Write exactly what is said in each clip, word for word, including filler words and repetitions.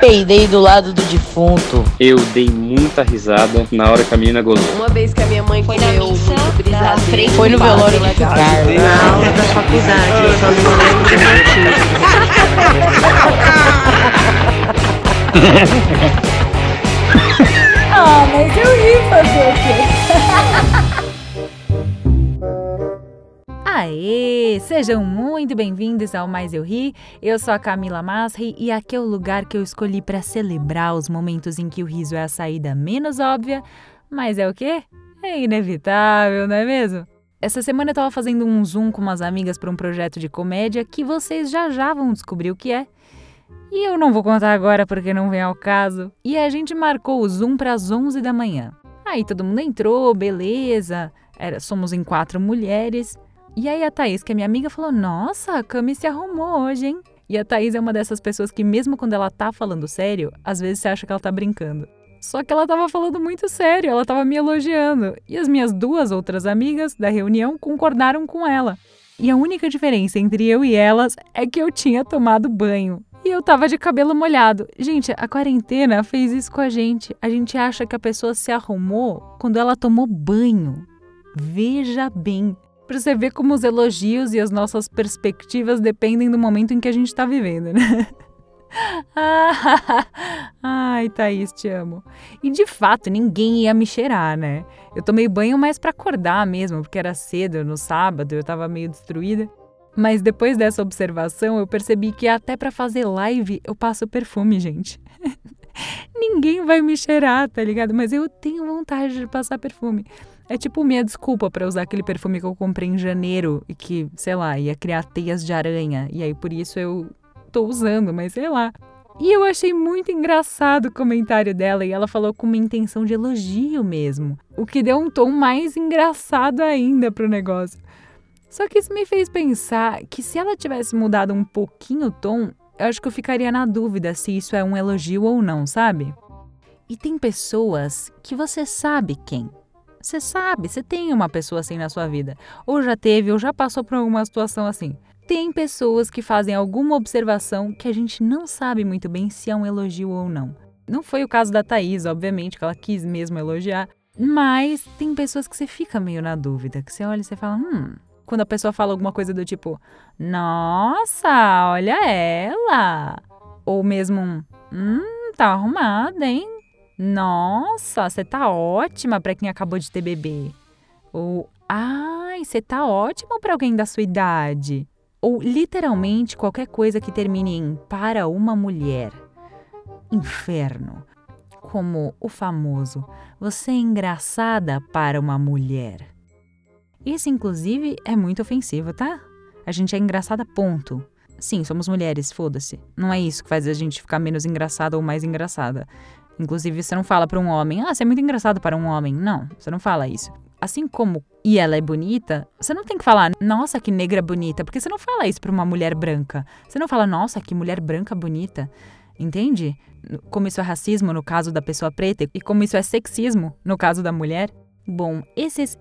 peidei do lado do defunto. Eu dei muita risada na hora que a menina gozou. Uma vez que a minha mãe Foi na comeu missa, muito na brisadeiro. frente Foi no do velório padre. de Carla. Na aula da faculdade, eu só não lembro do Ah, mas eu ri fazer o quê? Aê! Sejam muito bem-vindos ao Mais Eu Ri. Eu sou a Camila Masri e aqui é o lugar que eu escolhi para celebrar os momentos em que o riso é a saída menos óbvia, mas é o quê? É inevitável, não é mesmo? Essa semana eu tava fazendo um Zoom com umas amigas para um projeto de comédia que vocês já já vão descobrir o que é. E eu não vou contar agora porque não vem ao caso. E a gente marcou o Zoom para as onze da manhã. Aí todo mundo entrou, beleza. Era, somos em quatro mulheres. E aí a Thaís, que é minha amiga, falou: nossa, a Cami se arrumou hoje, hein? E a Thaís é uma dessas pessoas que mesmo quando ela tá falando sério, às vezes você acha que ela tá brincando. Só que ela tava falando muito sério, ela tava me elogiando. E as minhas duas outras amigas da reunião concordaram com ela. E a única diferença entre eu e elas é que eu tinha tomado banho. E eu tava de cabelo molhado. Gente, a quarentena fez isso com a gente. A gente acha que a pessoa se arrumou quando ela tomou banho. Veja bem. Pra você ver como os elogios e as nossas perspectivas dependem do momento em que a gente tá vivendo, né? Ai, Thaís, te amo. E de fato, ninguém ia me cheirar, né? Eu tomei banho mais pra acordar mesmo, porque era cedo, no sábado, eu tava meio destruída. Mas depois dessa observação, eu percebi que até pra fazer live eu passo perfume, gente. Ninguém vai me cheirar, tá ligado? Mas eu tenho vontade de passar perfume. É tipo minha desculpa pra usar aquele perfume que eu comprei em janeiro e que, sei lá, ia criar teias de aranha. E aí por isso eu tô usando, mas sei lá. E eu achei muito engraçado o comentário dela e ela falou com uma intenção de elogio mesmo. O que deu um tom mais engraçado ainda pro negócio. Só que isso me fez pensar que se ela tivesse mudado um pouquinho o tom, eu acho que eu ficaria na dúvida se isso é um elogio ou não, sabe? E tem pessoas que você sabe quem. Você sabe, você tem uma pessoa assim na sua vida. Ou já teve, ou já passou por alguma situação assim. Tem pessoas que fazem alguma observação que a gente não sabe muito bem se é um elogio ou não. Não foi o caso da Thaís, obviamente, que ela quis mesmo elogiar. Mas tem pessoas que você fica meio na dúvida, que você olha e você fala, hum... Quando a pessoa fala alguma coisa do tipo, nossa, olha ela. Ou mesmo um, hum, tá arrumada, hein? Nossa, você tá ótima pra quem acabou de ter bebê. Ou, ai, você tá ótima pra alguém da sua idade. Ou literalmente qualquer coisa que termine em para uma mulher. Inferno. Como o famoso, você é engraçada para uma mulher. Isso, inclusive, é muito ofensivo, tá? A gente é engraçada, ponto. Sim, somos mulheres, foda-se. Não é isso que faz a gente ficar menos engraçada ou mais engraçada. Inclusive, você não fala pra um homem, ah, você é muito engraçado para um homem. Não, você não fala isso. Assim como, e ela é bonita, você não tem que falar, nossa, que negra bonita, porque você não fala isso pra uma mulher branca. Você não fala, nossa, que mulher branca bonita. Entende? Como isso é racismo no caso da pessoa preta e como isso é sexismo no caso da mulher. Bom, esses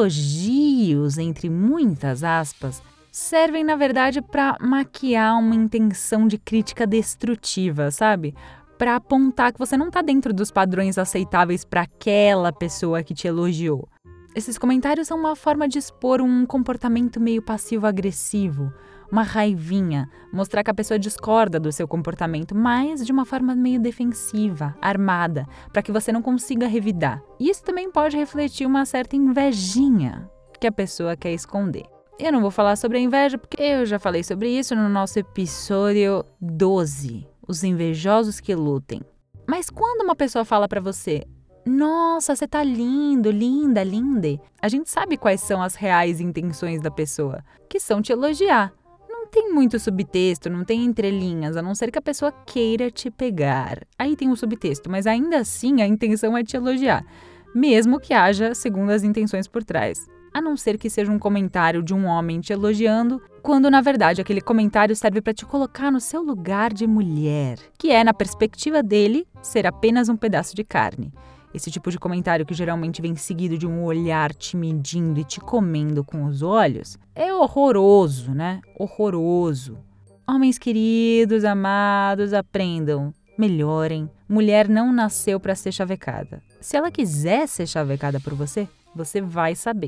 elogios, entre muitas aspas, servem na verdade para maquiar uma intenção de crítica destrutiva, sabe? Para apontar que você não tá dentro dos padrões aceitáveis para aquela pessoa que te elogiou. Esses comentários são uma forma de expor um comportamento meio passivo-agressivo, uma raivinha, mostrar que a pessoa discorda do seu comportamento, mas de uma forma meio defensiva, armada, para que você não consiga revidar. E isso também pode refletir uma certa invejinha que a pessoa quer esconder. Eu não vou falar sobre a inveja, porque eu já falei sobre isso no nosso episódio doze, Os Invejosos que Lutem. Mas quando uma pessoa fala para você, nossa, você tá lindo, linda, linde, a gente sabe quais são as reais intenções da pessoa, que são te elogiar. Não tem muito subtexto, não tem entrelinhas, a não ser que a pessoa queira te pegar. Aí tem um subtexto, mas ainda assim a intenção é te elogiar, mesmo que haja segundas intenções por trás. A não ser que seja um comentário de um homem te elogiando, quando na verdade aquele comentário serve para te colocar no seu lugar de mulher, que é, na perspectiva dele, ser apenas um pedaço de carne. Esse tipo de comentário que geralmente vem seguido de um olhar te medindo e te comendo com os olhos é horroroso, né? Horroroso. Homens queridos, amados, aprendam. melhorem. Mulher não nasceu para ser chavecada. Se ela quiser ser chavecada por você, você vai saber.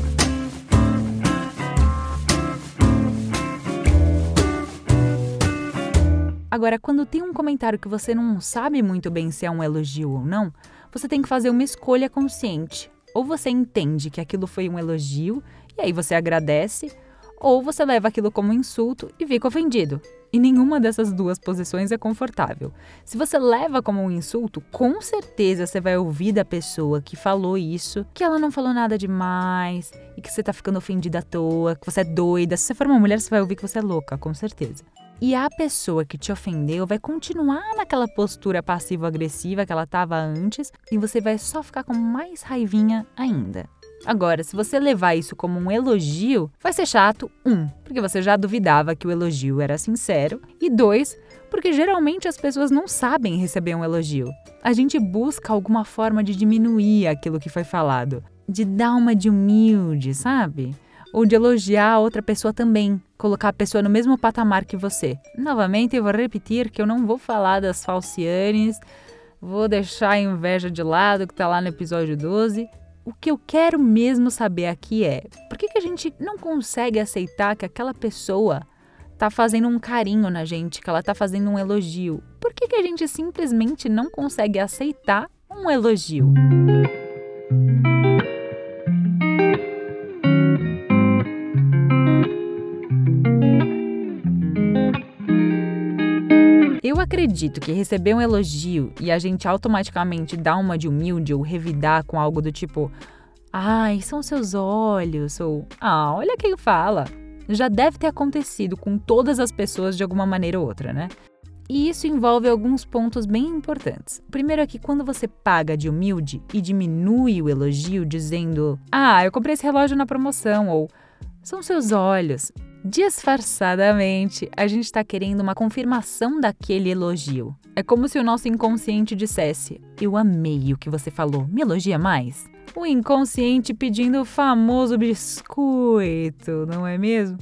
Agora, quando tem um comentário que você não sabe muito bem se é um elogio ou não, você tem que fazer uma escolha consciente. Ou você entende que aquilo foi um elogio, e aí você agradece, ou você leva aquilo como um insulto e fica ofendido. E nenhuma dessas duas posições é confortável. Se você leva como um insulto, com certeza você vai ouvir da pessoa que falou isso, que ela não falou nada demais, e que você tá ficando ofendida à toa, que você é doida. Se você for uma mulher, você vai ouvir que você é louca, com certeza. E a pessoa que te ofendeu vai continuar naquela postura passivo-agressiva que ela estava antes, e você vai só ficar com mais raivinha ainda. Agora, se você levar isso como um elogio, vai ser chato, um, porque você já duvidava que o elogio era sincero, e dois, porque geralmente as pessoas não sabem receber um elogio. A gente busca alguma forma de diminuir aquilo que foi falado, de dar uma de humilde, sabe? Ou de elogiar a outra pessoa também, colocar a pessoa no mesmo patamar que você. Novamente, eu vou repetir que eu não vou falar das falcianes, vou deixar a inveja de lado, que tá lá no episódio doze. O que eu quero mesmo saber aqui é, por que que a gente não consegue aceitar que aquela pessoa tá fazendo um carinho na gente, que ela tá fazendo um elogio? Por que que a gente simplesmente não consegue aceitar um elogio? Eu acredito que receber um elogio e a gente automaticamente dar uma de humilde ou revidar com algo do tipo "Ai, são seus olhos" ou "Ah, olha quem fala", já deve ter acontecido com todas as pessoas de alguma maneira ou outra, né? E isso envolve alguns pontos bem importantes. O primeiro é que quando você paga de humilde e diminui o elogio dizendo "Ah, eu comprei esse relógio na promoção" ou "São seus olhos", disfarçadamente, a gente está querendo uma confirmação daquele elogio. É como se o nosso inconsciente dissesse "Eu amei o que você falou, me elogia mais?" O inconsciente pedindo o famoso biscoito, não é mesmo?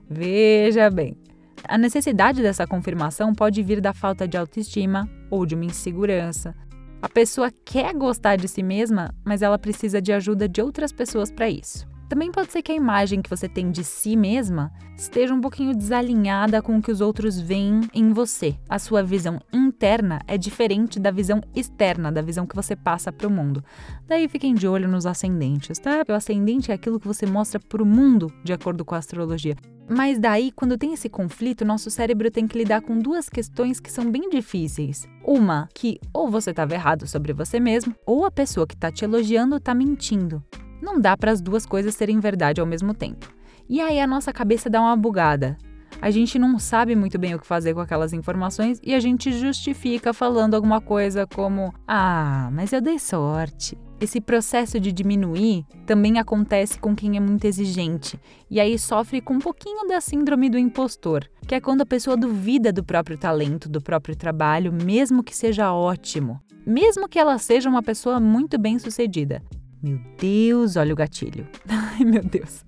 Veja bem, a necessidade dessa confirmação pode vir da falta de autoestima ou de uma insegurança. A pessoa quer gostar de si mesma, mas ela precisa de ajuda de outras pessoas para isso. Também pode ser que a imagem que você tem de si mesma esteja um pouquinho desalinhada com o que os outros veem em você. A sua visão interna é diferente da visão externa, da visão que você passa para o mundo. Daí fiquem de olho nos ascendentes, tá? O ascendente é aquilo que você mostra para o mundo, de acordo com a astrologia. Mas daí, quando tem esse conflito, nosso cérebro tem que lidar com duas questões que são bem difíceis. Uma, que ou você estava errado sobre você mesmo, ou a pessoa que está te elogiando está mentindo. Não dá para as duas coisas serem verdade ao mesmo tempo. E aí a nossa cabeça dá uma bugada. A gente não sabe muito bem o que fazer com aquelas informações e a gente justifica falando alguma coisa como "Ah, mas eu dei sorte". Esse processo de diminuir também acontece com quem é muito exigente e aí sofre com um pouquinho da síndrome do impostor, que é quando a pessoa duvida do próprio talento, do próprio trabalho, mesmo que seja ótimo, mesmo que ela seja uma pessoa muito bem-sucedida. Meu Deus, olha o gatilho. Ai, meu Deus.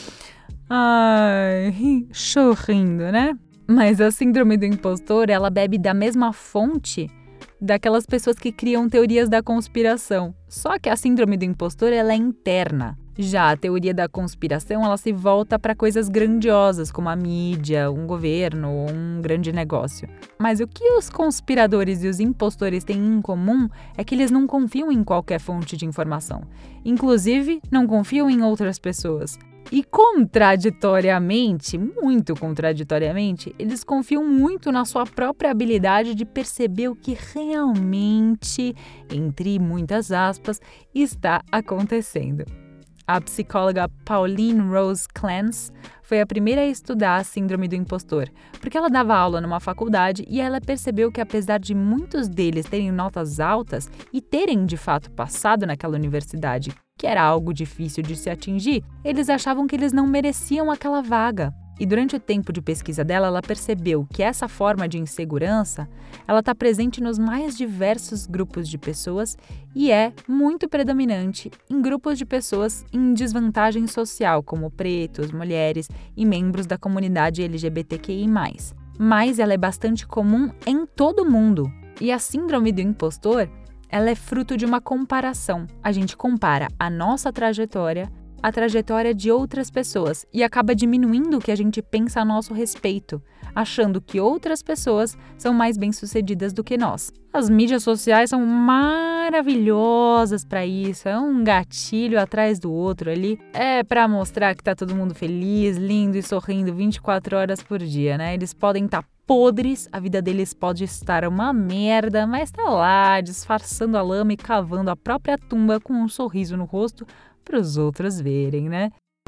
Ai, chorrindo, né? Mas a síndrome do impostor, ela bebe da mesma fonte daquelas pessoas que criam teorias da conspiração. Só que a síndrome do impostor, ela é interna. Já a teoria da conspiração, ela se volta para coisas grandiosas, como a mídia, um governo ou um grande negócio. Mas o que os conspiradores e os impostores têm em comum é que eles não confiam em qualquer fonte de informação. Inclusive, não confiam em outras pessoas. E contraditoriamente, muito contraditoriamente, eles confiam muito na sua própria habilidade de perceber o que realmente, entre muitas aspas, está acontecendo. A psicóloga Pauline Rose Clance foi a primeira a estudar a síndrome do impostor, porque ela dava aula numa faculdade e ela percebeu que apesar de muitos deles terem notas altas e terem de fato passado naquela universidade, que era algo difícil de se atingir, eles achavam que eles não mereciam aquela vaga. E durante o tempo de pesquisa dela, ela percebeu que essa forma de insegurança, ela está presente nos mais diversos grupos de pessoas e é muito predominante em grupos de pessoas em desvantagem social, como pretos, mulheres e membros da comunidade L G B T Q I mais. Mas ela é bastante comum em todo mundo. E a síndrome do impostor, ela é fruto de uma comparação. A gente compara a nossa trajetória à trajetória de outras pessoas e acaba diminuindo o que a gente pensa a nosso respeito, achando que outras pessoas são mais bem-sucedidas do que nós. As mídias sociais são maravilhosas para isso, é um gatilho atrás do outro ali. É para mostrar que tá todo mundo feliz, lindo e sorrindo vinte e quatro horas por dia, né? Eles podem estar podres, a vida deles pode estar uma merda, mas tá lá, disfarçando a lama e cavando a própria tumba com um sorriso no rosto para os outros verem, né?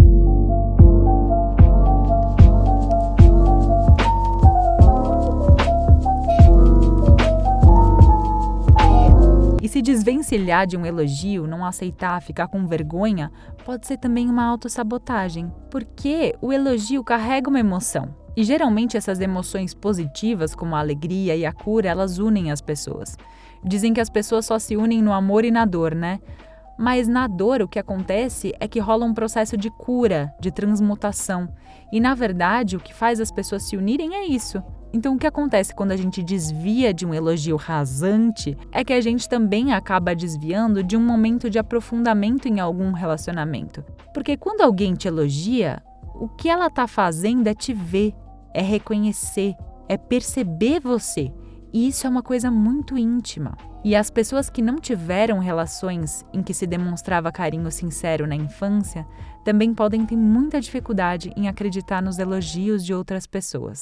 E se desvencilhar de um elogio, não aceitar, ficar com vergonha, pode ser também uma autossabotagem, porque o elogio carrega uma emoção. E geralmente essas emoções positivas, como a alegria e a cura, elas unem as pessoas. Dizem que as pessoas só se unem no amor e na dor, né? Mas na dor o que acontece é que rola um processo de cura, de transmutação. E na verdade o que faz as pessoas se unirem é isso. Então o que acontece quando a gente desvia de um elogio rasante é que a gente também acaba desviando de um momento de aprofundamento em algum relacionamento. Porque quando alguém te elogia, o que ela está fazendo é te ver, é reconhecer, é perceber você. E isso é uma coisa muito íntima. E as pessoas que não tiveram relações em que se demonstrava carinho sincero na infância também podem ter muita dificuldade em acreditar nos elogios de outras pessoas.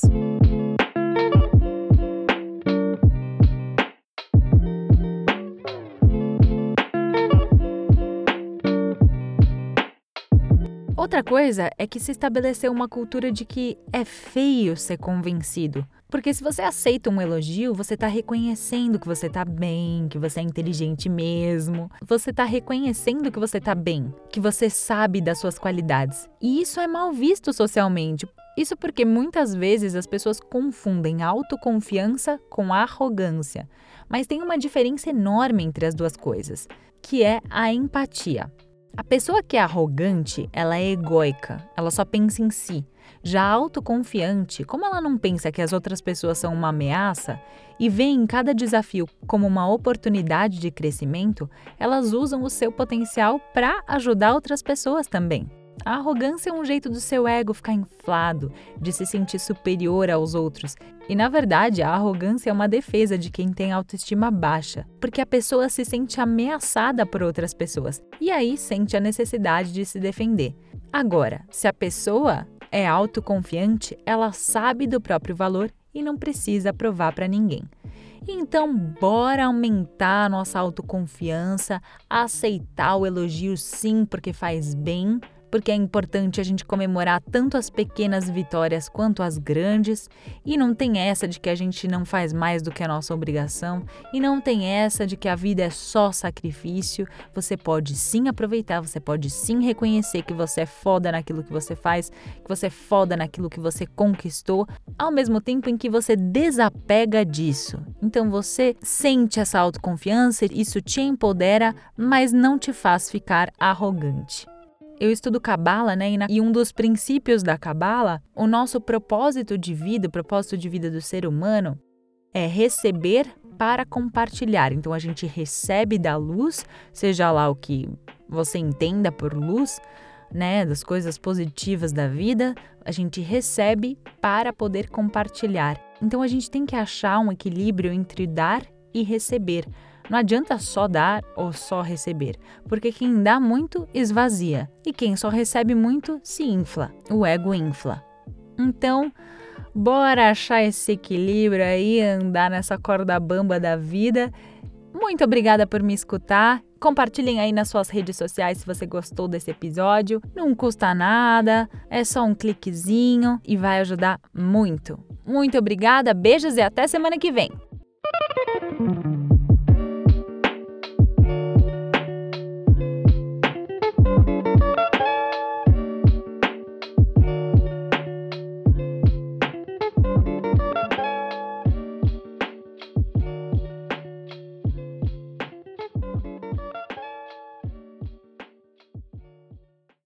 Outra coisa é que se estabeleceu uma cultura de que é feio ser convencido. Porque se você aceita um elogio, você está reconhecendo que você está bem, que você é inteligente mesmo. Você está reconhecendo que você está bem, que você sabe das suas qualidades. E isso é mal visto socialmente. Isso porque muitas vezes as pessoas confundem autoconfiança com arrogância. Mas tem uma diferença enorme entre as duas coisas, que é a empatia. A pessoa que é arrogante, ela é egóica, ela só pensa em si. Já autoconfiante, como ela não pensa que as outras pessoas são uma ameaça e vê em cada desafio como uma oportunidade de crescimento, elas usam o seu potencial para ajudar outras pessoas também. A arrogância é um jeito do seu ego ficar inflado, de se sentir superior aos outros. E, na verdade, a arrogância é uma defesa de quem tem autoestima baixa, porque a pessoa se sente ameaçada por outras pessoas e aí sente a necessidade de se defender. Agora, se a pessoa é autoconfiante, ela sabe do próprio valor e não precisa provar para ninguém. Então, bora aumentar a nossa autoconfiança, aceitar o elogio sim, porque faz bem, porque é importante a gente comemorar tanto as pequenas vitórias quanto as grandes, e não tem essa de que a gente não faz mais do que a nossa obrigação, e não tem essa de que a vida é só sacrifício. Você pode sim aproveitar, você pode sim reconhecer que você é foda naquilo que você faz, que você é foda naquilo que você conquistou, ao mesmo tempo em que você desapega disso. Então você sente essa autoconfiança, isso te empodera, mas não te faz ficar arrogante. Eu estudo Cabala, né? E, na, e um dos princípios da Cabala, o nosso propósito de vida, o propósito de vida do ser humano é receber para compartilhar. Então a gente recebe da luz, seja lá o que você entenda por luz, né? Das coisas positivas da vida, a gente recebe para poder compartilhar. Então a gente tem que achar um equilíbrio entre dar e receber. Não adianta só dar ou só receber, porque quem dá muito esvazia e quem só recebe muito se infla, o ego infla. Então, bora achar esse equilíbrio aí, andar nessa corda bamba da vida. Muito obrigada por me escutar. Compartilhem aí nas suas redes sociais se você gostou desse episódio. Não custa nada, é só um cliquezinho e vai ajudar muito. Muito obrigada, beijos e até semana que vem.